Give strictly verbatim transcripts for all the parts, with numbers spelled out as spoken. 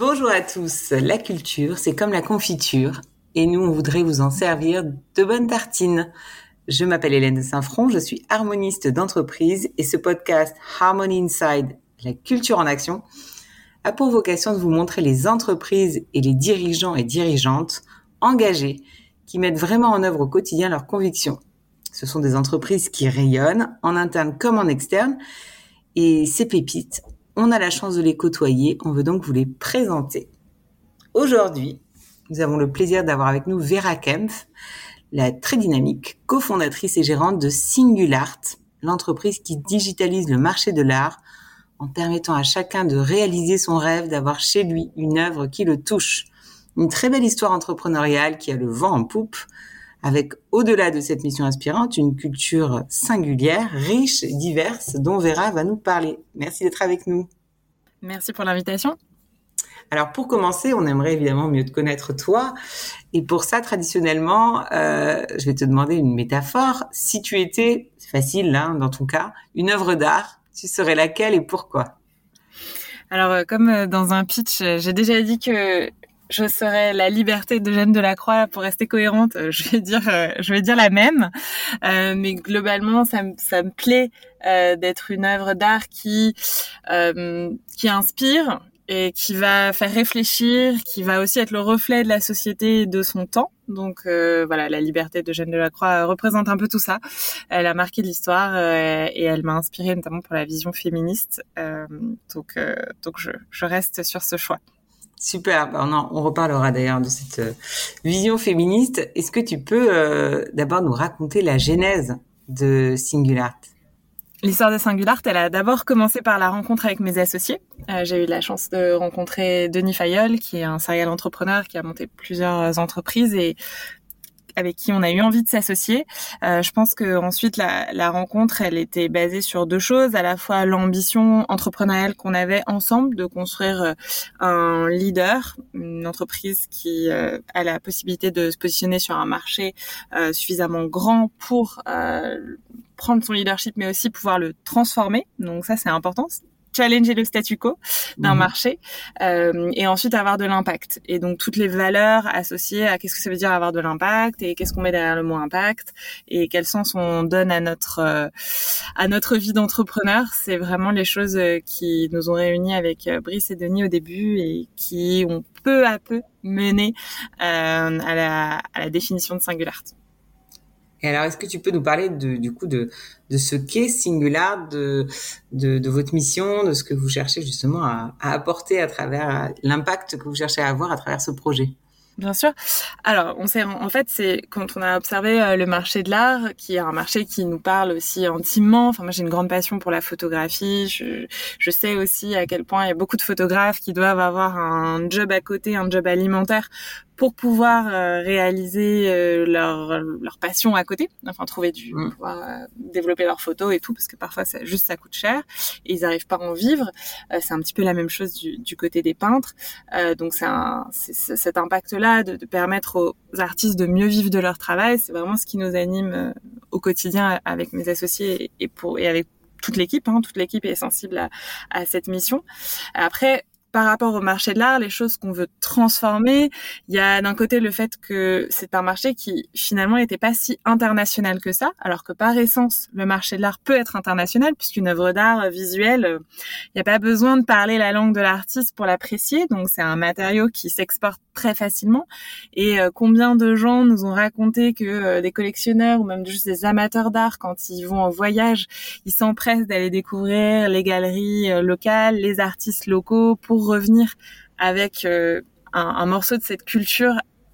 Bonjour à tous, la culture, c'est comme la confiture et nous, on voudrait vous en servir de bonnes tartines. Je m'appelle Hélène de Saint-Front, je suis harmoniste d'entreprise et ce podcast Harmony Inside, la culture en action, a pour vocation de vous montrer les entreprises et les dirigeants et dirigeantes engagés qui mettent vraiment en œuvre au quotidien leurs convictions. Ce sont des entreprises qui rayonnent, en interne comme en externe, et ces pépites, on a la chance de les côtoyer, on veut donc vous les présenter. Aujourd'hui, nous avons le plaisir d'avoir avec nous Vera Kempf, la très dynamique cofondatrice et gérante de Singulart, l'entreprise qui digitalise le marché de l'art en permettant à chacun de réaliser son rêve d'avoir chez lui une œuvre qui le touche. Une très belle histoire entrepreneuriale qui a le vent en poupe, avec au-delà de cette mission inspirante, une culture singulière, riche, diverse, dont Vera va nous parler. Merci d'être avec nous. Merci pour l'invitation. Alors pour commencer, on aimerait évidemment mieux te connaître toi. Et pour ça, traditionnellement, euh, je vais te demander une métaphore. Si tu étais, c'est facile là, dans ton cas, une œuvre d'art, tu serais laquelle et pourquoi ? Alors comme dans un pitch, j'ai déjà dit que je serais la liberté de Jeanne Delacroix. Pour rester cohérente, je vais dire, je vais dire la même. Euh, mais globalement, ça me, ça me plaît euh, d'être une œuvre d'art qui, euh, qui inspire et qui va faire réfléchir, qui va aussi être le reflet de la société et de son temps. Donc euh, voilà, la liberté de Jeanne Delacroix représente un peu tout ça. Elle a marqué de l'histoire euh, et elle m'a inspirée notamment pour la vision féministe. Euh, donc euh, donc je, je reste sur ce choix. Super, on, en, on reparlera d'ailleurs de cette euh, vision féministe. Est-ce que tu peux euh, d'abord nous raconter la genèse de Singulart ? L'histoire de Singulart, elle a d'abord commencé par la rencontre avec mes associés. Euh, j'ai eu la chance de rencontrer Denis Fayolle, qui est un serial entrepreneur qui a monté plusieurs entreprises et avec qui on a eu envie de s'associer. Euh, je pense que ensuite la, la rencontre, elle était basée sur deux choses, à la fois l'ambition entrepreneuriale qu'on avait ensemble de construire un leader, une entreprise qui euh, a la possibilité de se positionner sur un marché euh, suffisamment grand pour euh, prendre son leadership, mais aussi pouvoir le transformer. Donc ça, c'est important. Challenger le statu quo d'un mmh. marché euh, et ensuite avoir de l'impact. Et donc toutes les valeurs associées à qu'est-ce que ça veut dire avoir de l'impact et qu'est-ce qu'on met derrière le mot impact et quel sens on donne à notre euh, à notre vie d'entrepreneur, c'est vraiment les choses qui nous ont réunis avec Brice et Denis au début et qui ont peu à peu mené euh, à la à la définition de Singulart. Et alors, est-ce que tu peux nous parler de, du coup de, de ce qu'est Singulart, de, de, de votre mission, de ce que vous cherchez justement à, à apporter à travers l'impact que vous cherchez à avoir à travers ce projet ? Bien sûr. Alors, on sait, en fait, c'est quand on a observé le marché de l'art, qui est un marché qui nous parle aussi intimement. Enfin, moi, j'ai une grande passion pour la photographie. Je, je sais aussi à quel point il y a beaucoup de photographes qui doivent avoir un job à côté, un job alimentaire, pour pouvoir euh, réaliser euh, leur leur passion à côté, enfin trouver du mmh. pouvoir euh, développer leurs photos et tout, parce que parfois ça juste ça coûte cher et ils n'arrivent pas à en vivre. Euh, c'est un petit peu la même chose du, du côté des peintres. Euh, donc c'est, un, c'est, c'est cet impact-là de, de permettre aux artistes de mieux vivre de leur travail, c'est vraiment ce qui nous anime euh, au quotidien avec mes associés et, et pour et avec toute l'équipe. Hein, toute l'équipe est sensible à, à cette mission. Après, par rapport au marché de l'art, les choses qu'on veut transformer, il y a d'un côté le fait que c'est un marché qui finalement n'était pas si international que ça, alors que par essence, le marché de l'art peut être international, puisqu'une œuvre d'art visuelle, il n'y a pas besoin de parler la langue de l'artiste pour l'apprécier, donc c'est un matériau qui s'exporte très facilement. Et euh, combien de gens nous ont raconté que euh, des collectionneurs ou même juste des amateurs d'art, quand ils vont en voyage, ils s'empressent d'aller découvrir les galeries euh, locales, les artistes locaux pour revenir avec euh, un, un morceau de cette culture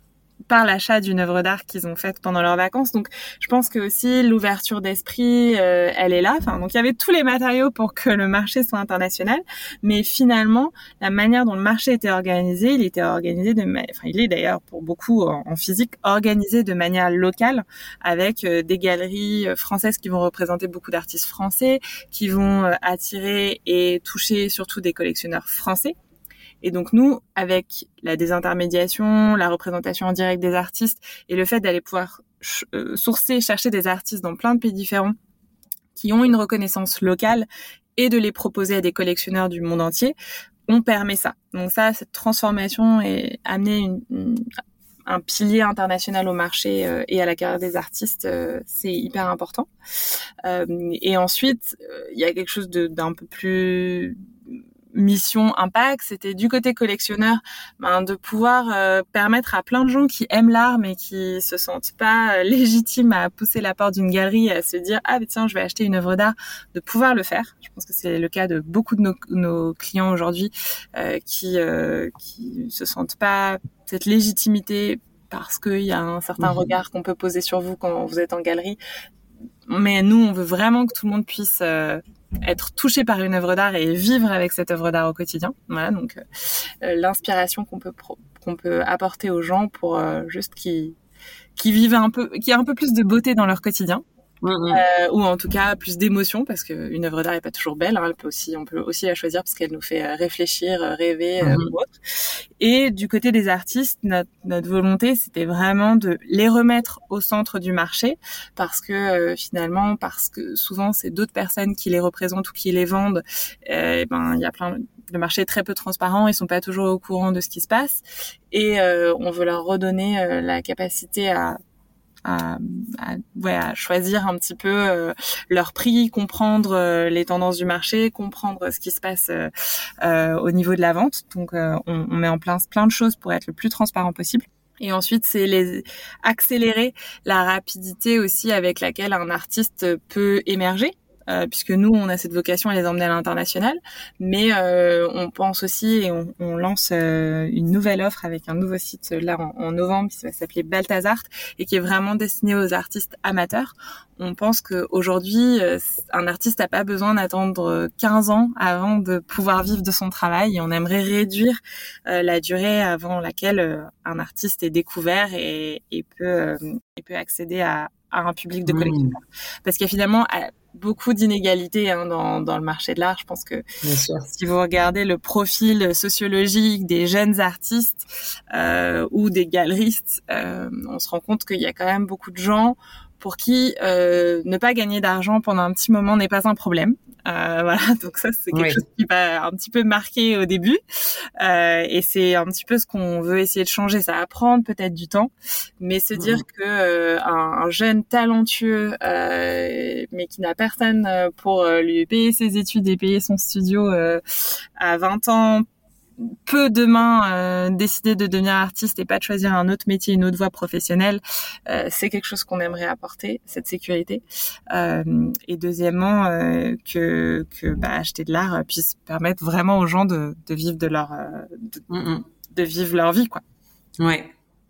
par l'achat d'une œuvre d'art qu'ils ont faite pendant leurs vacances. Donc, je pense que aussi l'ouverture d'esprit, euh, elle est là. Enfin, donc il y avait tous les matériaux pour que le marché soit international, mais finalement, la manière dont le marché était organisé, il était organisé de, ma... enfin, il est d'ailleurs pour beaucoup en, en physique organisé de manière locale, avec euh, des galeries françaises qui vont représenter beaucoup d'artistes français, qui vont euh, attirer et toucher surtout des collectionneurs français. Et donc nous, avec la désintermédiation, la représentation en direct des artistes et le fait d'aller pouvoir ch- euh, sourcer, chercher des artistes dans plein de pays différents qui ont une reconnaissance locale et de les proposer à des collectionneurs du monde entier, on permet ça. Donc ça, cette transformation est amener une, une, un pilier international au marché euh, et à la carrière des artistes, euh, c'est hyper important. Euh, et ensuite, il euh, y a quelque chose de, d'un peu plus mission impact, c'était du côté collectionneur, ben, de pouvoir euh, permettre à plein de gens qui aiment l'art mais qui se sentent pas euh, légitimes à pousser la porte d'une galerie et à se dire ah mais tiens je vais acheter une œuvre d'art, de pouvoir le faire. Je pense que c'est le cas de beaucoup de nos, nos clients aujourd'hui euh, qui euh, qui se sentent pas cette légitimité parce qu'il y a un certain mmh. regard qu'on peut poser sur vous quand vous êtes en galerie. Mais nous, on veut vraiment que tout le monde puisse euh, être touché par une œuvre d'art et vivre avec cette œuvre d'art au quotidien. Voilà, donc euh, l'inspiration qu'on peut pro- qu'on peut apporter aux gens pour euh, juste qu'ils qu'ils vivent un peu, qu'il y ait un peu plus de beauté dans leur quotidien. Mmh. Euh, ou en tout cas plus d'émotion, parce qu'une œuvre d'art n'est pas toujours belle, hein, elle peut aussi, on peut aussi la choisir parce qu'elle nous fait réfléchir, rêver mmh. euh, ou autre. Et du côté des artistes, notre, notre volonté c'était vraiment de les remettre au centre du marché, parce que euh, finalement, parce que souvent c'est d'autres personnes qui les représentent ou qui les vendent, euh, et ben il y a plein, le marché est très peu transparent, ils sont pas toujours au courant de ce qui se passe, et euh, on veut leur redonner euh, la capacité à À, à, ouais, à choisir un petit peu euh, leur prix, comprendre euh, les tendances du marché, comprendre ce qui se passe euh, euh, au niveau de la vente. Donc, euh, on, on met en place plein de choses pour être le plus transparent possible. Et ensuite, c'est les accélérer la rapidité aussi avec laquelle un artiste peut émerger. Euh, puisque nous, on a cette vocation à les emmener à l'international, mais euh, on pense aussi et on, on lance euh, une nouvelle offre avec un nouveau site là en, en novembre qui va s'appeler Balthazar et qui est vraiment destiné aux artistes amateurs. On pense qu'aujourd'hui, euh, un artiste n'a pas besoin d'attendre quinze ans avant de pouvoir vivre de son travail, et on aimerait réduire euh, la durée avant laquelle euh, un artiste est découvert et, et, peut, euh, et peut accéder à, à un public de collectionneurs. Mmh. Parce qu'il y a finalement beaucoup d'inégalités hein, dans, dans le marché de l'art. Je pense que si vous regardez le profil sociologique des jeunes artistes euh, ou des galeristes, euh, on se rend compte qu'il y a quand même beaucoup de gens pour qui euh, ne pas gagner d'argent pendant un petit moment n'est pas un problème. Euh, voilà, donc ça c'est quelque oui. chose qui va un petit peu marquer au début, euh, et c'est un petit peu ce qu'on veut essayer de changer. Ça va prendre peut-être du temps, mais se dire mmh. que euh, un, un jeune talentueux, euh, mais qui n'a personne pour lui payer ses études et payer son studio euh, à vingt ans, peut demain euh, décider de devenir artiste et pas de choisir un autre métier, une autre voie professionnelle, euh, c'est quelque chose qu'on aimerait apporter, cette sécurité. Euh, et deuxièmement, euh, que, que bah, acheter de l'art puisse permettre vraiment aux gens de, de vivre de leur euh, de, mm-hmm. de vivre leur vie, quoi. Ouais.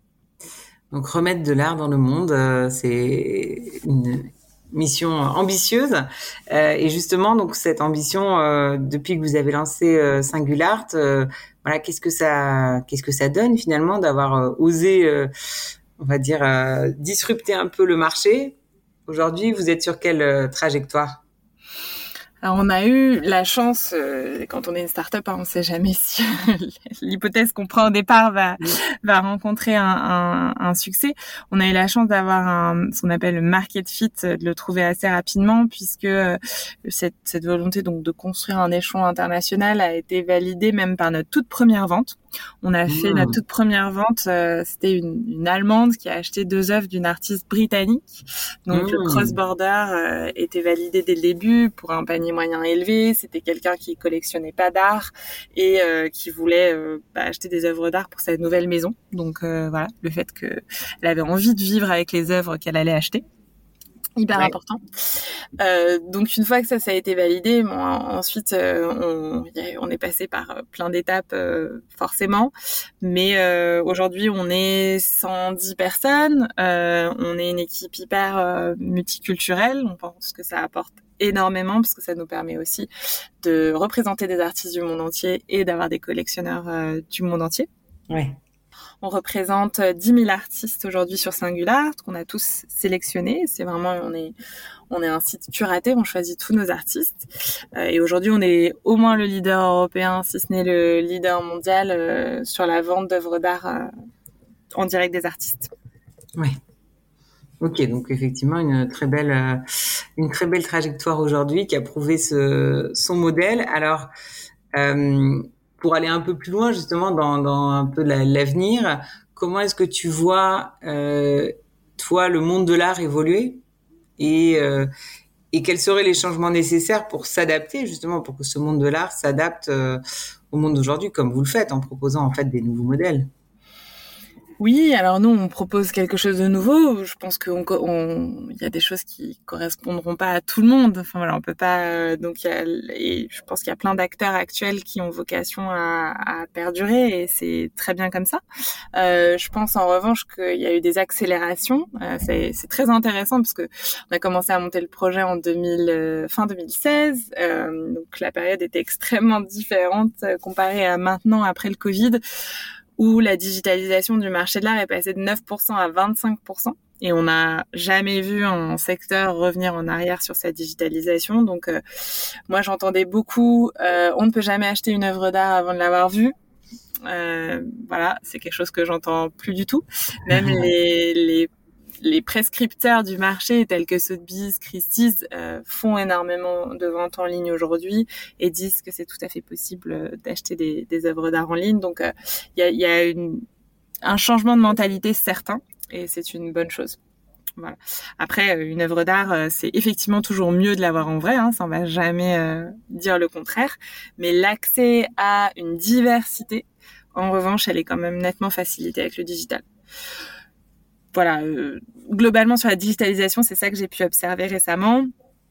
Donc remettre de l'art dans le monde, euh, c'est une mission ambitieuse, euh, et justement donc cette ambition euh, depuis que vous avez lancé euh, Singulart, euh, voilà, qu'est-ce que ça qu'est-ce que ça donne finalement d'avoir euh, osé euh, on va dire euh, disrupter un peu le marché. Aujourd'hui, vous êtes sur quelle euh, trajectoire? Alors, on a eu la chance, euh, quand on est une start-up, hein, on ne sait jamais si l'hypothèse qu'on prend au départ va, va rencontrer un, un, un succès. On a eu la chance d'avoir un, ce qu'on appelle le market fit, de le trouver assez rapidement, puisque euh, cette, cette volonté donc de construire un échelon international a été validée même par notre toute première vente. On a fait mmh. notre toute première vente, euh, c'était une, une Allemande qui a acheté deux œuvres d'une artiste britannique. Donc mmh. le cross-border euh, était validé dès le début pour un panier moyen élevé. C'était quelqu'un qui collectionnait pas d'art et euh, qui voulait euh, bah, acheter des œuvres d'art pour sa nouvelle maison. Donc euh, voilà, le fait qu'elle avait envie de vivre avec les œuvres qu'elle allait acheter. Hyper ouais. important. Euh, donc une fois que ça, ça a été validé, bon, ensuite euh, on, on est passé par plein d'étapes euh, forcément, mais euh, aujourd'hui on est cent dix personnes, euh, on est une équipe hyper euh, multiculturelle, on pense que ça apporte énormément parce que ça nous permet aussi de représenter des artistes du monde entier et d'avoir des collectionneurs euh, du monde entier. Ouais. On représente dix mille artistes aujourd'hui sur Singulart, qu'on a tous sélectionnés. C'est vraiment, on est, on est un site curaté, on choisit tous nos artistes. Euh, et aujourd'hui, on est au moins le leader européen, si ce n'est le leader mondial, euh, sur la vente d'œuvres d'art euh, en direct des artistes. Ouais. Ok, donc effectivement une très belle, euh, une très belle trajectoire aujourd'hui qui a prouvé ce, son modèle. Alors, euh, pour aller un peu plus loin justement dans, dans un peu la, l'avenir, comment est-ce que tu vois euh, toi le monde de l'art évoluer et euh, et quels seraient les changements nécessaires pour s'adapter justement pour que ce monde de l'art s'adapte euh, au monde d'aujourd'hui comme vous le faites en proposant en fait des nouveaux modèles. Oui, alors nous, on propose quelque chose de nouveau. Je pense qu'on, on, il y a des choses qui correspondront pas à tout le monde. Enfin voilà, on peut pas. Donc il y a, et je pense qu'il y a plein d'acteurs actuels qui ont vocation à, à perdurer et c'est très bien comme ça. Euh, je pense en revanche qu'il y a eu des accélérations. Euh, c'est, c'est très intéressant parce que on a commencé à monter le projet en deux mille, euh, fin deux mille seize. Euh, donc la période était extrêmement différente euh, comparée à maintenant après le Covid, où la digitalisation du marché de l'art est passée de neuf pour cent à vingt-cinq pour cent. Et on n'a jamais vu un secteur revenir en arrière sur sa digitalisation. Donc, euh, moi, j'entendais beaucoup euh, « on ne peut jamais acheter une œuvre d'art avant de l'avoir vue ». Euh, voilà, c'est quelque chose que j'entends plus du tout. Même les, les les prescripteurs du marché tels que Sotheby's, Christie's euh, font énormément de ventes en ligne aujourd'hui et disent que c'est tout à fait possible d'acheter des, des œuvres d'art en ligne. Donc il euh, y a, y a une, un changement de mentalité certain et c'est une bonne chose. Voilà. Après, une œuvre d'art, c'est effectivement toujours mieux de l'avoir en vrai, hein, ça on va jamais euh, dire le contraire. Mais l'accès à une diversité, en revanche, elle est quand même nettement facilitée avec le digital. Voilà, euh, globalement sur la digitalisation, c'est ça que j'ai pu observer récemment.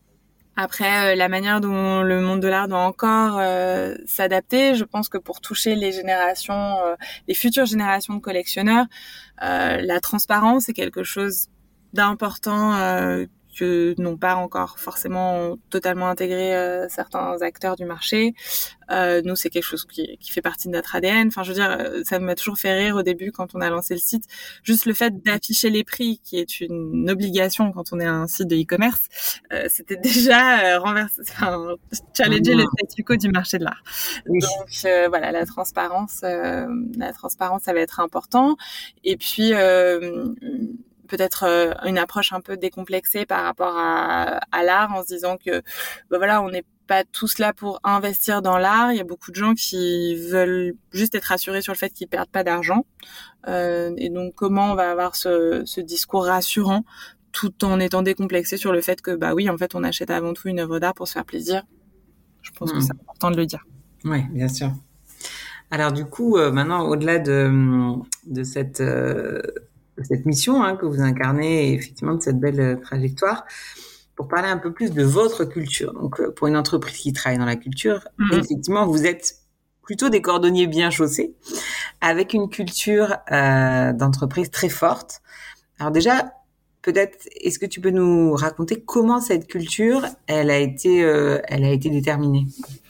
Après, euh, la manière dont le monde de l'art doit encore euh, s'adapter, je pense que pour toucher les générations, euh, les futures générations de collectionneurs, euh, la transparence est quelque chose d'important euh, que n'ont pas encore forcément totalement intégré euh, certains acteurs du marché. Euh, nous, c'est quelque chose qui, qui fait partie de notre A D N. Enfin, je veux dire, ça m'a toujours fait rire au début quand on a lancé le site. Juste le fait d'afficher les prix, qui est une obligation quand on est un site de e-commerce, euh, c'était déjà euh, renverser, enfin, challenger mmh. le statu quo du marché de l'art. Oui. Donc euh, voilà, la transparence, euh, la transparence, ça va être important. Et puis euh, peut-être euh, une approche un peu décomplexée par rapport à, à l'art, en se disant que ben voilà, on n'est pas tous là pour investir dans l'art. Il y a beaucoup de gens qui veulent juste être rassurés sur le fait qu'ils perdent pas d'argent. Euh, et donc, comment on va avoir ce, ce discours rassurant tout en étant décomplexé sur le fait que, bah oui, en fait, on achète avant tout une œuvre d'art pour se faire plaisir. Je pense mmh. que c'est important de le dire. Oui, bien sûr. Alors du coup, euh, maintenant, au-delà de, de cette... Euh... cette mission hein, que vous incarnez et effectivement de cette belle euh, trajectoire, pour parler un peu plus de votre culture. Donc, euh, pour une entreprise qui travaille dans la culture, mm-hmm. effectivement, vous êtes plutôt des cordonniers bien chaussés, avec une culture euh, d'entreprise très forte. Alors déjà, peut-être, est-ce que tu peux nous raconter comment cette culture, elle a été, euh, elle a été déterminée ?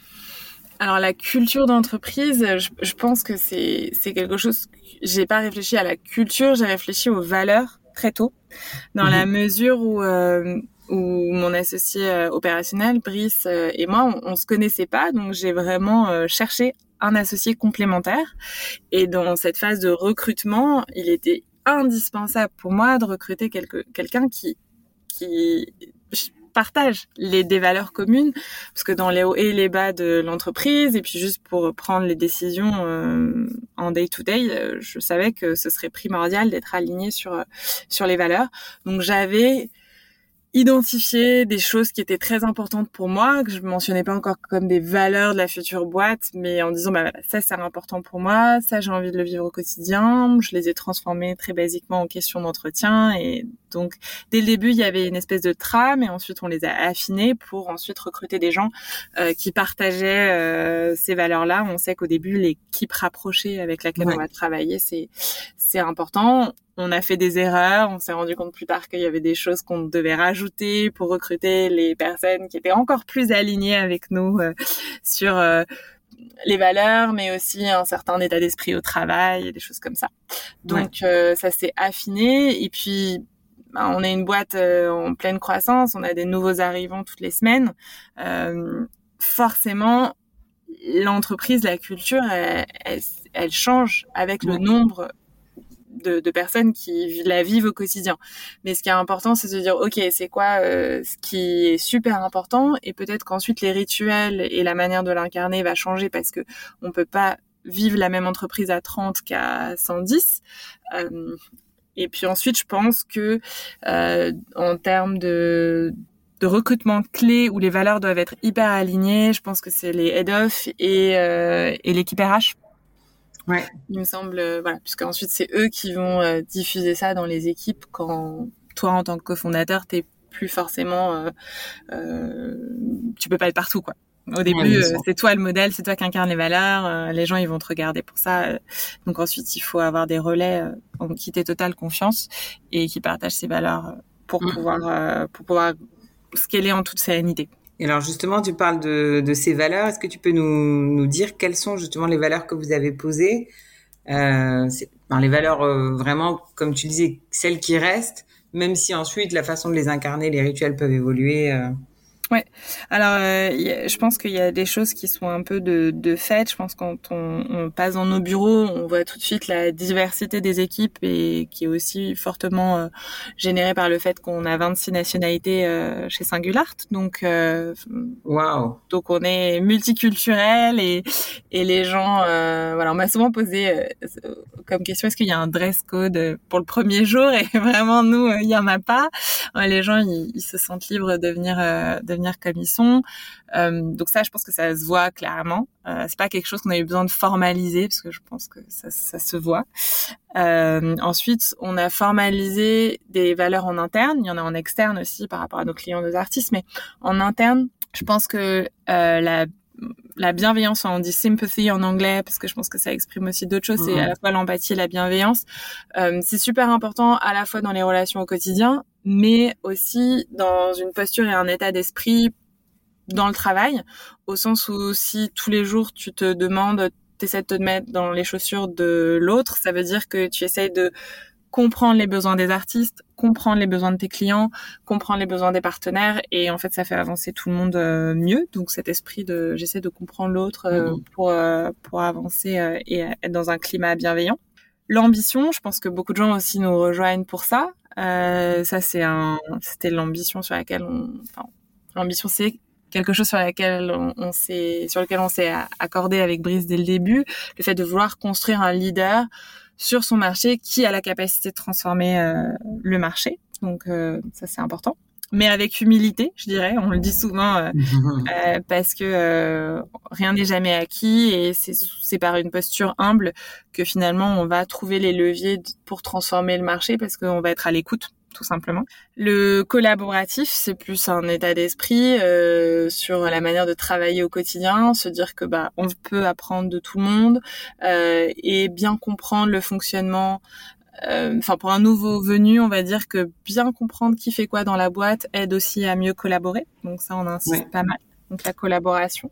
Alors la culture d'entreprise, je, je pense que c'est c'est quelque chose. J'ai pas réfléchi à la culture, j'ai réfléchi aux valeurs très tôt, dans mmh. la mesure où euh, où mon associé euh, opérationnel, Brice euh, et moi, on, on se connaissait pas, donc j'ai vraiment euh, cherché un associé complémentaire. Et dans cette phase de recrutement, il était indispensable pour moi de recruter quelque, quelqu'un qui qui partage les des valeurs communes, parce que dans les hauts et les bas de l'entreprise, et puis juste pour prendre les décisions euh, en day to day, euh, je savais que ce serait primordial d'être aligné sur sur les valeurs. Donc j'avais identifié des choses qui étaient très importantes pour moi, que je mentionnais pas encore comme des valeurs de la future boîte, mais en disant bah voilà, ça c'est important pour moi, ça j'ai envie de le vivre au quotidien. Je les ai transformées très basiquement en questions d'entretien, et donc dès le début il y avait une espèce de trame, et ensuite on les a affinées pour ensuite recruter des gens euh, qui partageaient euh, ces valeurs-là. On sait qu'au début l'équipe rapprochée avec laquelle ouais. on va travailler, c'est c'est important. On a fait des erreurs, on s'est rendu compte plus tard qu'il y avait des choses qu'on devait rajouter pour recruter les personnes qui étaient encore plus alignées avec nous euh, sur euh, les valeurs, mais aussi un certain état d'esprit au travail et des choses comme ça. Donc ouais. euh, ça s'est affiné, et puis bah, on est une boîte euh, en pleine croissance, on a des nouveaux arrivants toutes les semaines. Euh, forcément, l'entreprise, la culture, elle, elle, elle change avec ouais. le nombre de, de personnes qui la vivent au quotidien. Mais ce qui est important, c'est de se dire, ok, c'est quoi euh, ce qui est super important, et peut-être qu'ensuite les rituels et la manière de l'incarner va changer parce que on peut pas vivre la même entreprise à trente qu'à cent dix. Euh, et puis ensuite, je pense que euh, en termes de de recrutement clé où les valeurs doivent être hyper alignées, je pense que c'est les head-off et, euh, et l'équipe R H. Ouais. Il me semble, euh, voilà, puisqu'ensuite c'est eux qui vont euh, diffuser ça dans les équipes quand toi, en tant que cofondateur, t'es plus forcément, euh, euh, tu peux pas être partout, quoi. Au début, ouais, euh, c'est toi le modèle, c'est toi qui incarne les valeurs, euh, les gens ils vont te regarder pour ça. Euh, donc ensuite, il faut avoir des relais euh, en qui t'aies totale confiance et qui partagent ces valeurs euh, pour mmh. pouvoir euh, pour pouvoir scaler en toute sérénité. Et alors justement, tu parles de, de ces valeurs. Est-ce que tu peux nous, nous dire quelles sont justement les valeurs que vous avez posées euh, c'est, enfin, les valeurs euh, vraiment, comme tu disais, celles qui restent, même si ensuite la façon de les incarner, les rituels peuvent évoluer. Euh... Ouais. Alors, euh, y a, je pense qu'il y a des choses qui sont un peu de, de fait. Je pense que quand on, on passe dans nos bureaux, on voit tout de suite la diversité des équipes et qui est aussi fortement euh, générée par le fait qu'on a vingt-six nationalités euh, chez Singular. Donc, euh, wow. Donc on est multiculturel et et les gens, euh, voilà, on m'a souvent posé euh, comme question, est-ce qu'il y a un dress code pour le premier jour? Et vraiment nous, il y en a pas. Les gens, ils, ils se sentent libres de venir euh, de venir comme ils sont. Euh, donc ça, je pense que ça se voit clairement. Euh, c'est pas quelque chose qu'on a eu besoin de formaliser parce que je pense que ça, ça se voit. Euh, ensuite, on a formalisé des valeurs en interne. Il y en a en externe aussi par rapport à nos clients, nos artistes, mais en interne, je pense que euh, la la bienveillance, on dit sympathy en anglais parce que je pense que ça exprime aussi d'autres choses, mmh. c'est à la fois l'empathie et la bienveillance. Euh, c'est super important à la fois dans les relations au quotidien, mais aussi dans une posture et un état d'esprit dans le travail, au sens où si tous les jours tu te demandes, t'essaies de te mettre dans les chaussures de l'autre, ça veut dire que tu essayes de comprendre les besoins des artistes, comprendre les besoins de tes clients, comprendre les besoins des partenaires, et en fait ça fait avancer tout le monde euh, mieux. Donc cet esprit de j'essaie de comprendre l'autre euh, mmh. pour euh, pour avancer euh, et être dans un climat bienveillant. L'ambition, je pense que beaucoup de gens aussi nous rejoignent pour ça. Euh, ça c'est un c'était l'ambition sur laquelle on enfin l'ambition c'est quelque chose sur laquelle on, on s'est sur lequel on s'est accordé avec Brice dès le début, le fait de vouloir construire un leader sur son marché qui a la capacité de transformer euh, le marché. Donc euh, ça c'est important, mais avec humilité, je dirais. On le dit souvent euh, euh, parce que euh, rien n'est jamais acquis et c'est c'est par une posture humble que finalement on va trouver les leviers pour transformer le marché parce qu'on va être à l'écoute, tout simplement. Le collaboratif, c'est plus un état d'esprit euh, sur la manière de travailler au quotidien, se dire que bah on peut apprendre de tout le monde euh, et bien comprendre le fonctionnement. Enfin, euh, pour un nouveau venu, on va dire que bien comprendre qui fait quoi dans la boîte aide aussi à mieux collaborer. Donc ça, on insiste ouais. pas mal. Donc la collaboration.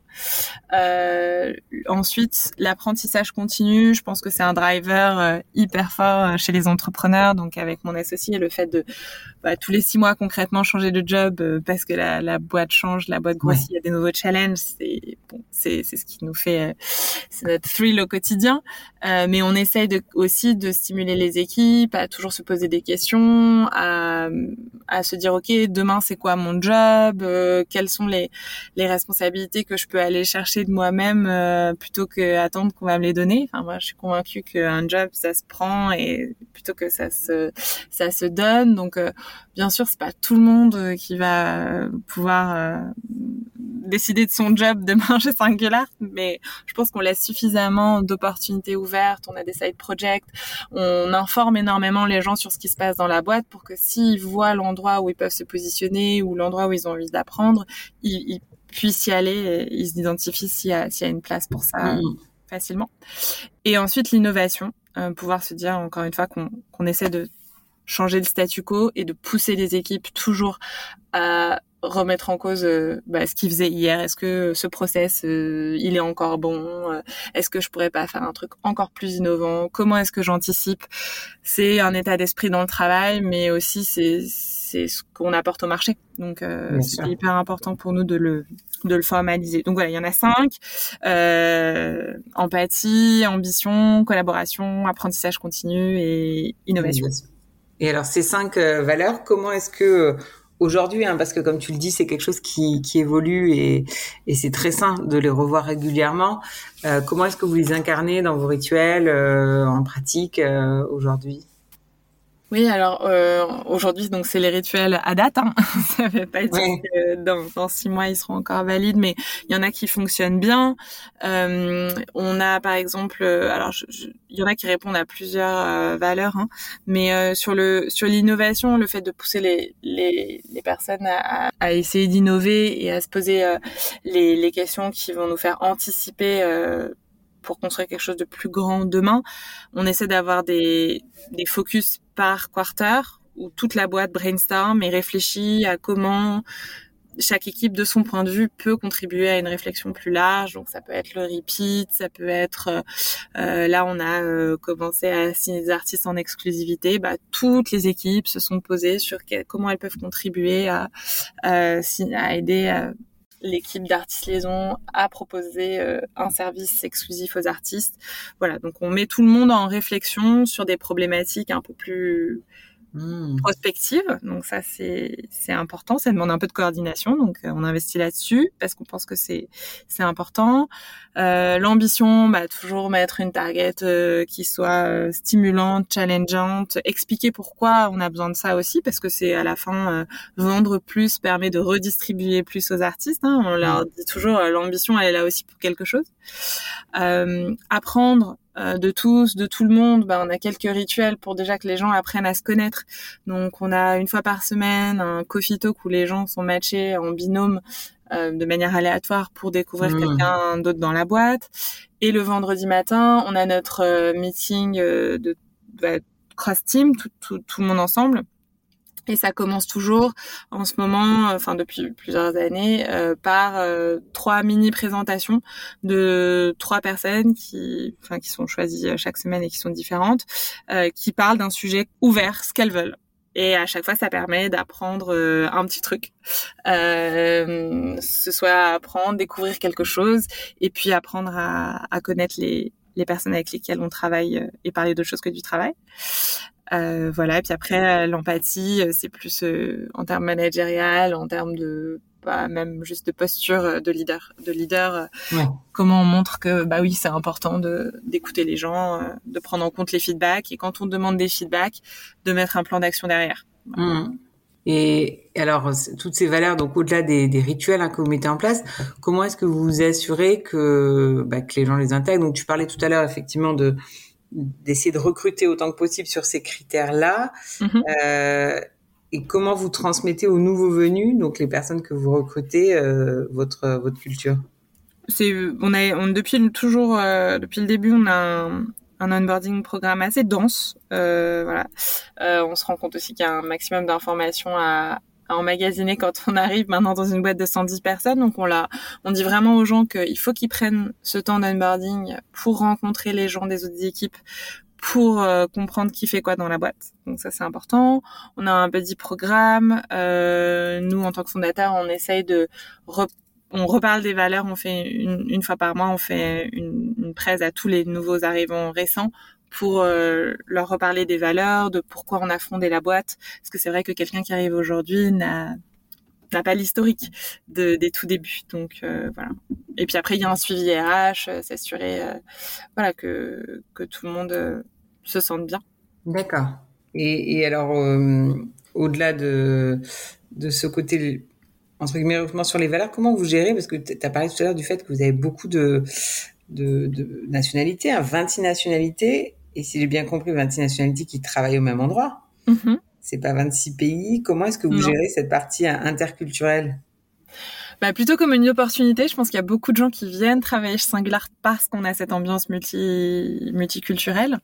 Euh, ensuite, l'apprentissage continu. Je pense que c'est un driver euh, hyper fort chez les entrepreneurs. Donc avec mon associé, le fait de bah, tous les six mois concrètement changer de job euh, parce que la, la boîte change, la boîte grossit, il ouais. y a des nouveaux challenges. C'est bon, c'est c'est ce qui nous fait, euh, c'est notre thrill au quotidien. Euh, mais on essaye de, aussi de stimuler les équipes à toujours se poser des questions, à à se dire ok, demain c'est quoi mon job, euh, quels sont les les responsabilités que je peux aller chercher de moi-même euh, plutôt que attendre qu'on va me les donner. Enfin moi je suis convaincue qu'un job ça se prend et plutôt que ça se ça se donne. Donc euh, bien sûr c'est pas tout le monde qui va pouvoir euh, décider de son job demain chez Singular, mais je pense qu'on laisse suffisamment d'opportunités ouvertes, on a des side projects, on informe énormément les gens sur ce qui se passe dans la boîte pour que s'ils voient l'endroit où ils peuvent se positionner ou l'endroit où ils ont envie d'apprendre, ils, ils puissent y aller et ils s'identifient s'il y a, s'il y a une place pour ça mmh. facilement. Et ensuite l'innovation, euh, pouvoir se dire encore une fois qu'on, qu'on essaie de changer le statu quo et de pousser les équipes toujours à remettre en cause euh, bah, ce qu'ils faisaient hier. Est-ce que ce process euh, il est encore bon? Est-ce que je pourrais pas faire un truc encore plus innovant? Comment est-ce que j'anticipe? C'est un état d'esprit dans le travail, mais aussi c'est c'est ce qu'on apporte au marché. Donc, euh, c'est sûr. Hyper important pour nous de le, de le formaliser. Donc voilà, il y en a cinq. Euh, empathie, ambition, collaboration, apprentissage continu et innovation. Et alors, ces cinq euh, valeurs, comment est-ce que aujourd'hui, hein, parce que comme tu le dis, c'est quelque chose qui, qui évolue et, et c'est très sain de les revoir régulièrement. Euh, comment est-ce que vous les incarnez dans vos rituels, euh, en pratique euh, aujourd'hui ? Oui, alors euh, aujourd'hui, donc c'est les rituels à date. Hein. Ça veut pas dire ouais. que dans, dans six mois ils seront encore valides, mais il y en a qui fonctionnent bien. Euh, on a par exemple, alors je, je, il y en a qui répondent à plusieurs euh, valeurs, hein, mais euh, sur le sur l'innovation, le fait de pousser les les, les personnes à, à essayer d'innover et à se poser euh, les les questions qui vont nous faire anticiper. Euh, pour construire quelque chose de plus grand demain, on essaie d'avoir des, des focus par quarter où toute la boîte brainstorm et réfléchit à comment chaque équipe, de son point de vue, peut contribuer à une réflexion plus large. Donc, ça peut être le repeat, ça peut être... Euh, là, on a euh, commencé à signer des artistes en exclusivité. Bah, toutes les équipes se sont posées sur quel, comment elles peuvent contribuer à, à, à aider... À, l'équipe d'Artistes Liaison a proposé euh, un service exclusif aux artistes. Voilà, donc on met tout le monde en réflexion sur des problématiques un peu plus mmh. prospectives. Donc ça, c'est c'est important. Ça demande un peu de coordination. Donc euh, on investit là-dessus parce qu'on pense que c'est c'est important. Euh, l'ambition, bah toujours mettre une target euh, qui soit euh, stimulante, challengeante, expliquer pourquoi on a besoin de ça aussi, parce que c'est à la fin euh, vendre plus permet de redistribuer plus aux artistes. Hein. On leur dit toujours euh, l'ambition, elle est là aussi pour quelque chose. Euh, apprendre euh, de tous, de tout le monde, bah, on a quelques rituels pour déjà que les gens apprennent à se connaître. Donc on a une fois par semaine un coffee talk où les gens sont matchés en binôme euh, de manière aléatoire pour découvrir mmh. quelqu'un d'autre dans la boîte. Et le vendredi matin, on a notre euh, meeting euh, de bah, cross team, tout, tout, tout le monde ensemble. Et ça commence toujours, en ce moment, enfin depuis plusieurs années, euh, par euh, trois mini présentations de trois personnes qui, enfin qui sont choisies chaque semaine et qui sont différentes, euh, qui parlent d'un sujet ouvert, ce qu'elles veulent. Et à chaque fois, ça permet d'apprendre euh, un petit truc, euh, ce soit apprendre, découvrir quelque chose, et puis apprendre à, à connaître les les personnes avec lesquelles on travaille et parler d'autre chose que du travail. Euh, voilà, et puis après l'empathie, c'est plus euh, en termes managérial, en termes de bah, même juste de posture de leader, de leader. Ouais. Comment on montre que bah oui, c'est important de d'écouter les gens, euh, de prendre en compte les feedbacks, et quand on demande des feedbacks, de mettre un plan d'action derrière. Mmh. Et alors, toutes ces valeurs, donc au-delà des, des rituels hein, que vous mettez en place, comment est-ce que vous vous assurez que bah, que les gens les intègrent ? Donc tu parlais tout à l'heure effectivement de d'essayer de recruter autant que possible sur ces critères-là. Mmh. Euh, et comment vous transmettez aux nouveaux venus, donc les personnes que vous recrutez, euh, votre votre culture ? C'est on a on depuis toujours euh, depuis le début on a un, un onboarding programme assez dense. Euh, voilà. Euh, on se rend compte aussi qu'il y a un maximum d'informations à à emmagasiner quand on arrive maintenant dans une boîte de cent dix personnes. Donc on l'a, on dit vraiment aux gens qu'il faut qu'ils prennent ce temps d'onboarding pour rencontrer les gens des autres équipes, pour euh, comprendre qui fait quoi dans la boîte. Donc ça, c'est important. On a un buddy programme. Euh, nous, en tant que fondateurs, on essaye de... Re- on reparle des valeurs. On fait une, une fois par mois, on fait une, une presse à tous les nouveaux arrivants récents pour euh, leur reparler des valeurs, de pourquoi on a fondé la boîte. Parce que c'est vrai que quelqu'un qui arrive aujourd'hui n'a n'a pas l'historique de, des tout débuts. Donc euh, voilà. Et puis après, il y a un suivi R H, euh, s'assurer euh, voilà, que, que tout le monde euh, se sente bien. D'accord. Et, et alors, euh, au-delà de, de ce côté, entre guillemets, recrutement sur les valeurs, comment vous gérez ? Parce que tu as parlé tout à l'heure du fait que vous avez beaucoup de, de, de nationalités, hein, vingt-six nationalités. Et si j'ai bien compris, vingt-six nationalités qui travaillent au même endroit. Mm-hmm. C'est pas vingt-six pays. Comment est-ce que vous non. gérez cette partie interculturelle ? Bah, plutôt comme une opportunité. Je pense qu'il y a beaucoup de gens qui viennent travailler chez Singular parce qu'on a cette ambiance multi, multiculturelle,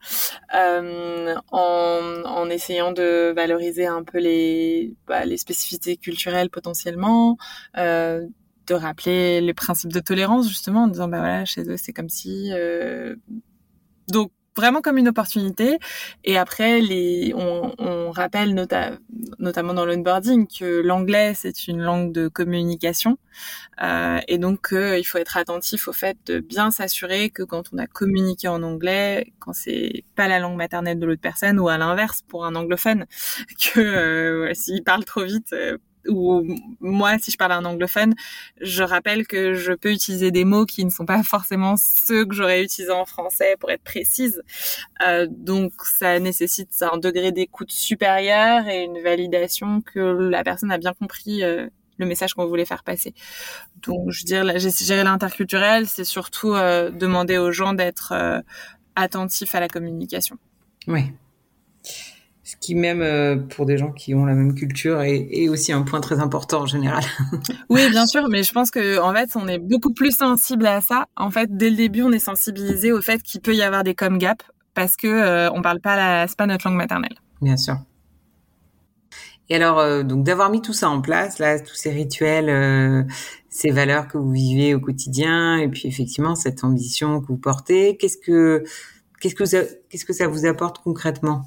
euh, en, en essayant de valoriser un peu les, bah, les spécificités culturelles potentiellement, euh, de rappeler les principes de tolérance justement en disant bah voilà, chez eux c'est comme si. Euh... Donc vraiment comme une opportunité. Et après, les, on, on rappelle nota, notamment dans l'onboarding que l'anglais, c'est une langue de communication. Euh, et donc, euh, il faut être attentif au fait de bien s'assurer que quand on a communiqué en anglais, quand c'est pas la langue maternelle de l'autre personne, ou à l'inverse, pour un anglophone, que euh, s'il parle trop vite... Euh, ou moi, si je parle à un anglophone, je rappelle que je peux utiliser des mots qui ne sont pas forcément ceux que j'aurais utilisés en français pour être précise. Euh, donc, ça nécessite un degré d'écoute supérieur et une validation que la personne a bien compris euh, le message qu'on voulait faire passer. Donc, je dirais, gérer l'interculturel, c'est surtout euh, demander aux gens d'être euh, attentifs à la communication. Oui. Ce qui, même euh, pour des gens qui ont la même culture, est, est aussi un point très important en général. Oui, bien sûr, mais je pense que en fait, on est beaucoup plus sensible à ça. En fait, dès le début, on est sensibilisé au fait qu'il peut y avoir des com gaps parce que euh, on parle pas la, c'est pas notre langue maternelle. Bien sûr. Et alors, euh, donc d'avoir mis tout ça en place, là, tous ces rituels, euh, ces valeurs que vous vivez au quotidien, et puis effectivement cette ambition que vous portez, qu'est-ce que, qu'est-ce que ça, qu'est-ce que ça vous apporte concrètement?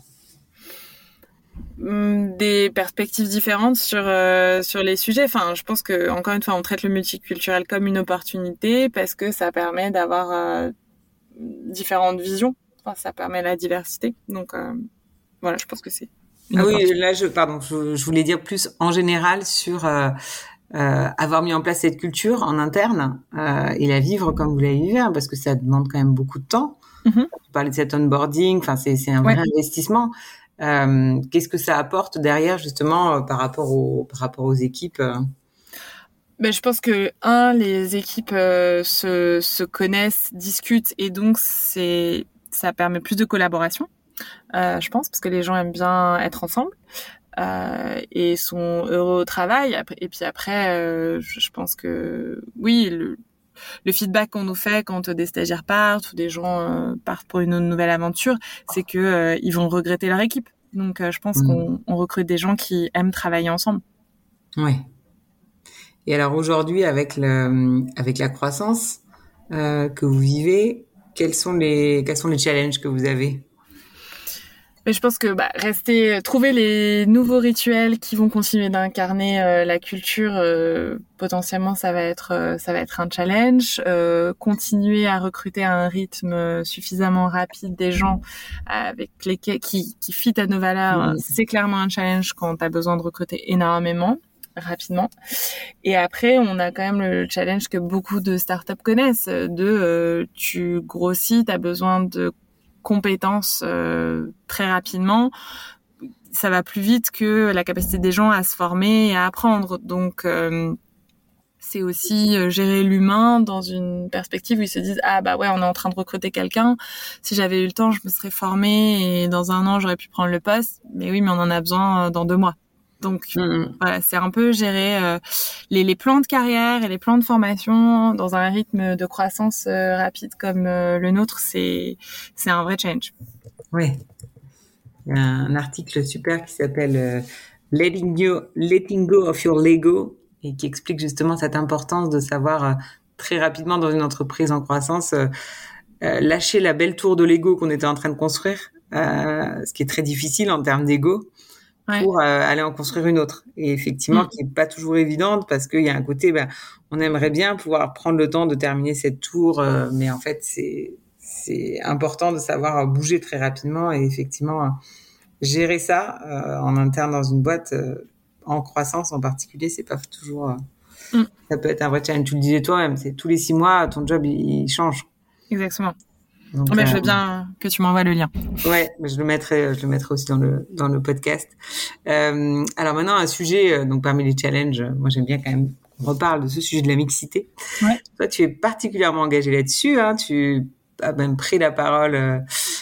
Des perspectives différentes sur euh, sur les sujets. Enfin, je pense que encore une fois, on traite le multiculturel comme une opportunité parce que ça permet d'avoir euh, différentes visions. Enfin, ça permet la diversité. Donc euh, voilà, je pense que c'est. Une ah oui, là, je pardon, je, je voulais dire plus en général sur euh, euh, avoir mis en place cette culture en interne euh, et la vivre comme vous l'avez vécu, hein, parce que ça demande quand même beaucoup de temps. Mm-hmm. Tu parlais de cet onboarding. Enfin, c'est c'est un vrai ouais. investissement. Euh, qu'est-ce que ça apporte derrière justement euh, par rapport aux par rapport aux équipes euh... Ben, je pense que un, les équipes euh, se se connaissent, discutent et donc c'est ça permet plus de collaboration. Euh, je pense parce que les gens aiment bien être ensemble euh, et sont heureux au travail. Et puis après, euh, je pense que oui, le Le feedback qu'on nous fait quand des stagiaires partent ou des gens euh, partent pour une nouvelle aventure, c'est que euh, ils vont regretter leur équipe. Donc, euh, je pense mmh. qu'on on recrute des gens qui aiment travailler ensemble. Oui. Et alors aujourd'hui, avec le, avec la croissance euh, que vous vivez, quels sont les, quels sont les challenges que vous avez? Mais je pense que bah, rester, trouver les nouveaux rituels qui vont continuer d'incarner euh, la culture, euh, potentiellement ça va être, euh, ça va être un challenge. Euh, continuer à recruter à un rythme suffisamment rapide des gens avec lesquels qui qui fit à nos valeurs, mmh. c'est clairement un challenge quand tu as besoin de recruter énormément, rapidement. Et après, on a quand même le challenge que beaucoup de startups connaissent, de euh, tu grossis, tu as besoin de compétences euh, très rapidement, ça va plus vite que la capacité des gens à se former et à apprendre. Donc euh, c'est aussi euh, gérer l'humain dans une perspective où ils se disent ah bah ouais, on est en train de recruter quelqu'un, si j'avais eu le temps je me serais formée et dans un an j'aurais pu prendre le poste, mais oui mais on en a besoin dans deux mois. Donc mmh. voilà, c'est un peu gérer euh, les, les plans de carrière et les plans de formation dans un rythme de croissance euh, rapide comme euh, le nôtre, c'est c'est un vrai challenge. Oui, il y a un article super qui s'appelle euh, Letting Go, Letting Go of Your Lego et qui explique justement cette importance de savoir euh, très rapidement dans une entreprise en croissance euh, euh, lâcher la belle tour de Lego qu'on était en train de construire, euh, ce qui est très difficile en termes d'ego. Pour ouais. euh, aller en construire une autre. Et effectivement, mmh. qui est pas toujours évidente parce qu'il y a un côté, ben, on aimerait bien pouvoir prendre le temps de terminer cette tour, euh, mais en fait, c'est, c'est important de savoir bouger très rapidement et effectivement, euh, gérer ça euh, en interne dans une boîte, euh, en croissance en particulier, c'est pas toujours... Euh, mmh. Ça peut être un vrai challenge. Tu le disais toi-même, c'est tous les six mois, ton job, il, il change. Exactement. Donc, oh, mais euh, je veux bien que tu m'envoies le lien. Ouais, je le mettrai, je le mettrai aussi dans le dans le podcast. Euh, alors maintenant un sujet, donc parmi les challenges, moi j'aime bien quand même qu'on reparle de ce sujet de la mixité. Ouais. Toi, tu es particulièrement engagée là-dessus, hein. Tu as même pris la parole euh,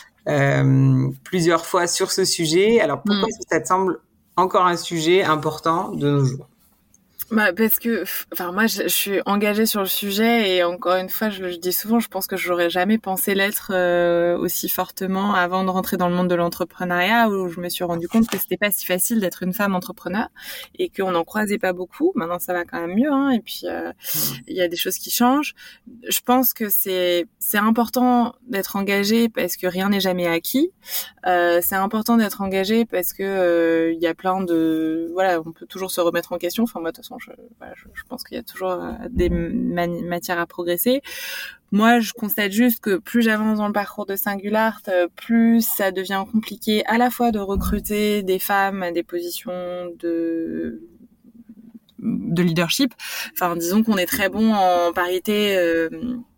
euh, plusieurs fois sur ce sujet. Alors pourquoi mmh. est-ce que ça te semble encore un sujet important de nos jours? Bah, parce que, enfin, moi, je, je suis engagée sur le sujet et encore une fois, je le dis souvent, je pense que j'aurais jamais pensé l'être euh, aussi fortement avant de rentrer dans le monde de l'entrepreneuriat, où je me suis rendu compte que c'était pas si facile d'être une femme entrepreneur et qu'on n'en croisait pas beaucoup. Maintenant, ça va quand même mieux, hein, et puis euh, il y a des choses qui changent. Je pense que c'est c'est important d'être engagée parce que rien n'est jamais acquis. Euh, c'est important d'être engagé parce que euh, il y a plein de, voilà, on peut toujours se remettre en question. Enfin, moi, de toute façon, je, voilà, je, je pense qu'il y a toujours euh, des man- matières à progresser. Moi, je constate juste que plus j'avance dans le parcours de Singular, euh, plus ça devient compliqué à la fois de recruter des femmes à des positions de de leadership. Enfin, disons qu'on est très bon en parité. Euh,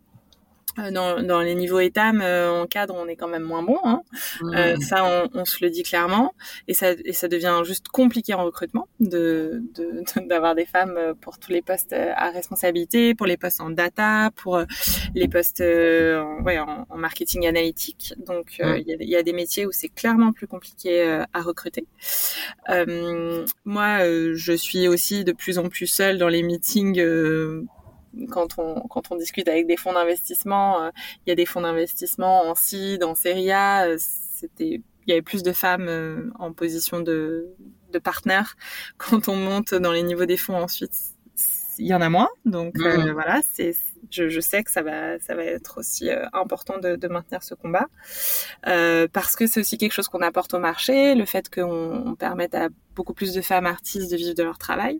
Dans, dans les niveaux E T A M, euh, en cadre, on est quand même moins bon. Hein. Mmh. Euh, ça, on, on se le dit clairement. Et ça, et ça devient juste compliqué en recrutement de, de, de, d'avoir des femmes pour tous les postes à responsabilité, pour les postes en data, pour les postes euh, en, ouais, en, en marketing analytique. Donc, il euh, mmh. y, y a des métiers où c'est clairement plus compliqué euh, à recruter. Euh, moi, euh, je suis aussi de plus en plus seule dans les meetings euh, Quand on, quand on discute avec des fonds d'investissement, il euh, y a des fonds d'investissement en seed, en série A, euh, c'était, il y avait plus de femmes euh, en position de, de partenaire. Quand on monte dans les niveaux des fonds ensuite, il y en a moins. Donc mmh. euh, voilà, c'est, je, je sais que ça va, ça va être aussi euh, important de, de maintenir ce combat euh, parce que c'est aussi quelque chose qu'on apporte au marché, le fait qu'on on permette à beaucoup plus de femmes artistes de vivre de leur travail.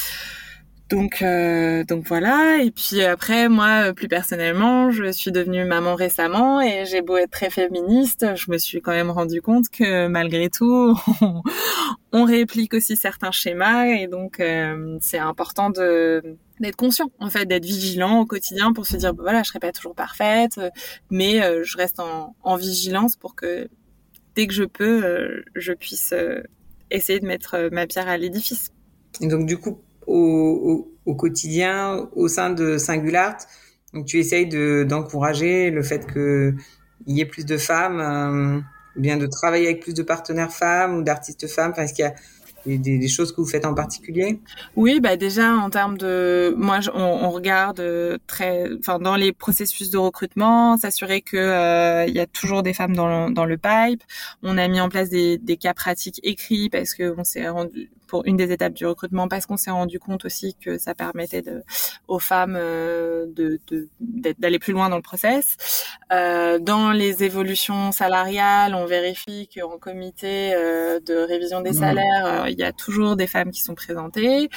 Donc, euh, donc voilà. Et puis après, moi, plus personnellement, je suis devenue maman récemment et j'ai beau être très féministe, je me suis quand même rendu compte que malgré tout, on, on réplique aussi certains schémas et donc euh, c'est important de d'être conscient, en fait, d'être vigilant au quotidien pour se dire, bah, voilà, je serai pas toujours parfaite, mais euh, je reste en, en vigilance pour que dès que je peux, euh, je puisse euh, essayer de mettre ma pierre à l'édifice. Et donc du coup, Au, au, au quotidien, au sein de Singular, donc tu essayes de, d'encourager le fait qu'il y ait plus de femmes, euh, ou bien de travailler avec plus de partenaires femmes ou d'artistes femmes. Enfin, est-ce qu'il y a des, des, des choses que vous faites en particulier? Oui, bah déjà en termes de, moi, on, on regarde très, enfin dans les processus de recrutement, s'assurer que euh, il y a toujours des femmes dans le, dans le pipe. On a mis en place des, des cas pratiques écrits parce que on s'est rendu pour une des étapes du recrutement parce qu'on s'est rendu compte aussi que ça permettait de, aux femmes euh, de, de d'aller plus loin dans le process. Euh, dans les évolutions salariales, on vérifie qu'en comité euh, de révision des salaires, euh, il y a toujours des femmes qui sont présentées.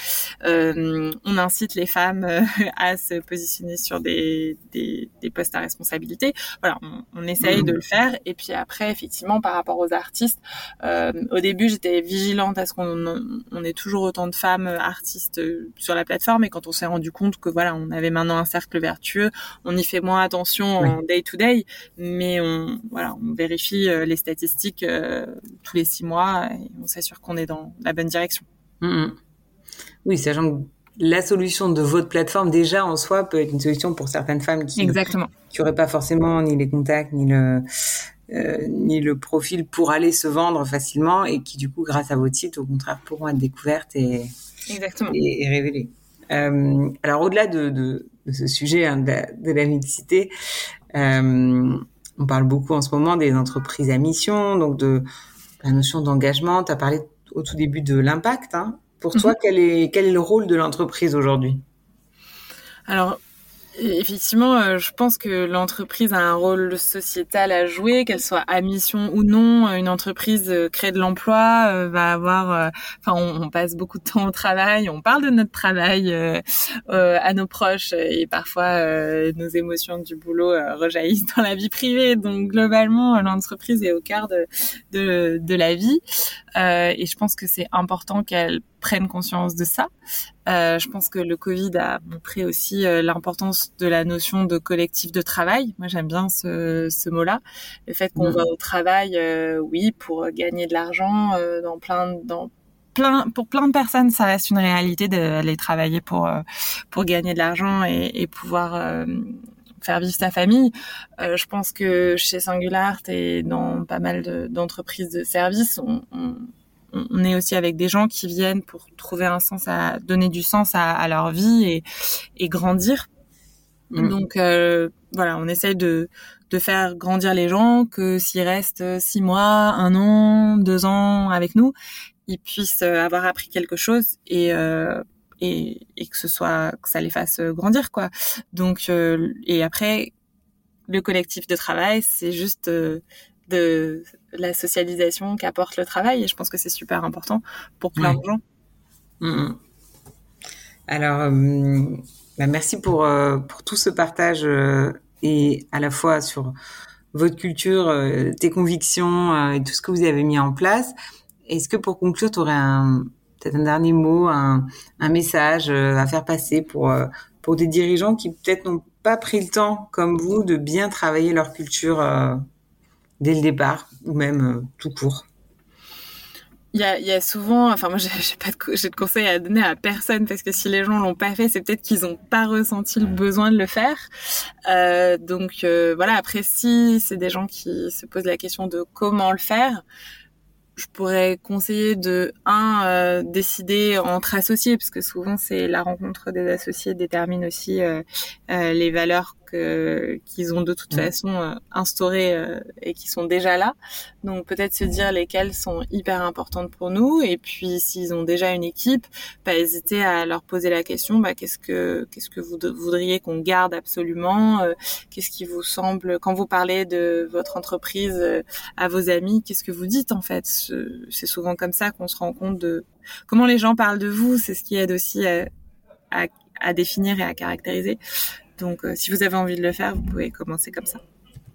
Euh, on incite les femmes euh, à se positionner sur des, des, des postes à responsabilité. Voilà, on, on essaye de le faire. Et puis après, effectivement, par rapport aux artistes, euh, au début, j'étais vigilante à ce qu'on on ait toujours autant de femmes artistes sur la plateforme. Et quand on s'est rendu compte que voilà, on avait maintenant un cercle vertueux, on y fait moins attention oui. en day to day, mais on voilà, on vérifie les statistiques euh, tous les six mois et on s'assure qu'on est dans la bonne direction. Mmh. Oui, sachant que la solution de votre plateforme déjà en soi peut être une solution pour certaines femmes qui Exactement. qui auraient pas forcément ni les contacts ni le euh, ni le profil pour aller se vendre facilement et qui du coup grâce à votre site au contraire pourront être découvertes et Exactement. et, et révélées. Euh, alors au-delà de, de, de ce sujet hein, de, la, de la mixité, euh, on parle beaucoup en ce moment des entreprises à mission, donc de la notion d'engagement. Tu as parlé au tout début de l'impact. Hein. Pour toi, mm-hmm. quel est, quel est le rôle de l'entreprise aujourd'hui ? Alors, effectivement, euh, je pense que l'entreprise a un rôle sociétal à jouer, qu'elle soit à mission ou non. Une entreprise euh, crée de l'emploi, euh, va avoir... Euh, enfin, on, on passe beaucoup de temps au travail, on parle de notre travail euh, euh, à nos proches et parfois euh, nos émotions du boulot euh, rejaillissent dans la vie privée. Donc, globalement, l'entreprise est au cœur de, de, de la vie euh, et je pense que c'est important qu'elle prennent conscience de ça. Euh, je pense que le Covid a montré aussi euh, l'importance de la notion de collectif de travail. Moi, j'aime bien ce, ce mot-là. Le fait qu'on mmh. va au travail, euh, oui, pour gagner de l'argent euh, dans plein, dans plein, pour plein de personnes, ça reste une réalité d'aller travailler pour euh, pour gagner de l'argent et, et pouvoir euh, faire vivre sa famille. Euh, je pense que chez Singular et dans pas mal de, d'entreprises de services, on, on on est aussi avec des gens qui viennent pour trouver un sens, à donner du sens à, à leur vie et, et grandir. Mmh. Donc euh, voilà, on essaye de de faire grandir les gens, que s'ils restent six mois, un an, deux ans avec nous, ils puissent avoir appris quelque chose et euh, et, et que ce soit que ça les fasse grandir, quoi. Donc euh, et après, le collectif de travail, c'est juste euh, de la socialisation qu'apporte le travail, et je pense que c'est super important pour plein ouais. de gens. Mmh. Alors, euh, bah merci pour euh, pour tout ce partage euh, et à la fois sur votre culture, euh, tes convictions euh, et tout ce que vous avez mis en place. Est-ce que pour conclure, tu aurais un peut-être un dernier mot, un, un message euh, à faire passer pour euh, pour des dirigeants qui peut-être n'ont pas pris le temps, comme vous, de bien travailler leur culture euh, dès le départ, ou même euh, tout court? Il y a, il y a souvent, enfin moi j'ai, j'ai pas de, j'ai de conseils à donner à personne, parce que si les gens l'ont pas fait, c'est peut-être qu'ils ont pas ressenti le besoin de le faire. Euh, donc euh, voilà. Après, si c'est des gens qui se posent la question de comment le faire, je pourrais conseiller de un euh, décider entre associés, parce que souvent c'est la rencontre des associés détermine aussi euh, euh, les valeurs que qu'ils ont de toute mmh. façon euh, instaurées euh, et qui sont déjà là. Donc peut-être se dire lesquelles sont hyper importantes pour nous, et puis s'ils ont déjà une équipe, pas hésiter à leur poser la question, bah qu'est-ce que qu'est-ce que vous voudriez qu'on garde absolument, euh, qu'est-ce qui vous semble, quand vous parlez de votre entreprise euh, à vos amis, qu'est-ce que vous dites en fait. C'est souvent comme ça qu'on se rend compte de comment les gens parlent de vous, c'est ce qui aide aussi à, à, à définir et à caractériser. Donc, euh, si vous avez envie de le faire, vous pouvez commencer comme ça.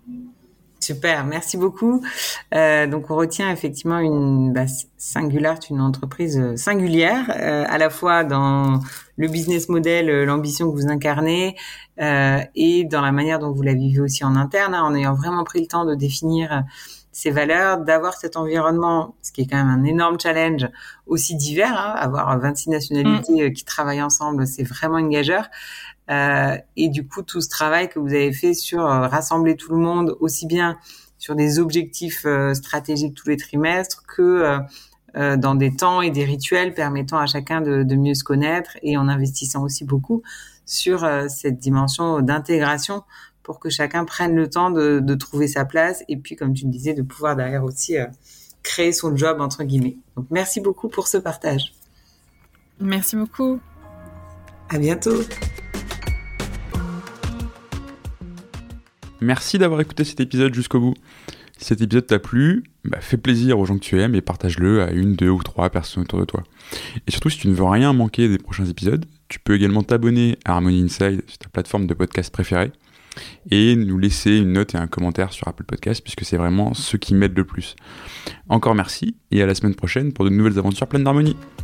Super, merci beaucoup. Euh, donc, on retient effectivement une bah, Singular, une entreprise singulière, euh, à la fois dans le business model, l'ambition que vous incarnez, euh, et dans la manière dont vous la vivez aussi en interne, hein, en ayant vraiment pris le temps de définir ces valeurs, d'avoir cet environnement, ce qui est quand même un énorme challenge, aussi divers, hein, avoir vingt-six nationalités mmh. qui travaillent ensemble, c'est vraiment une gageure. Euh, et du coup, tout ce travail que vous avez fait sur euh, rassembler tout le monde, aussi bien sur des objectifs euh, stratégiques tous les trimestres que euh, euh, dans des temps et des rituels permettant à chacun de, de mieux se connaître, et en investissant aussi beaucoup sur euh, cette dimension d'intégration pour que chacun prenne le temps de, de trouver sa place, et puis, comme tu le disais, de pouvoir derrière aussi euh, créer son job, entre guillemets. Donc, merci beaucoup pour ce partage. Merci beaucoup. À bientôt. Merci d'avoir écouté cet épisode jusqu'au bout. Si cet épisode t'a plu, bah fais plaisir aux gens que tu aimes et partage-le à une, deux ou trois personnes autour de toi. Et surtout, si tu ne veux rien manquer des prochains épisodes, tu peux également t'abonner à Harmony Inside sur ta plateforme de podcast préférée et nous laisser une note et un commentaire sur Apple Podcasts, puisque c'est vraiment ce qui m'aide le plus. Encore merci, et à la semaine prochaine pour de nouvelles aventures pleines d'harmonie.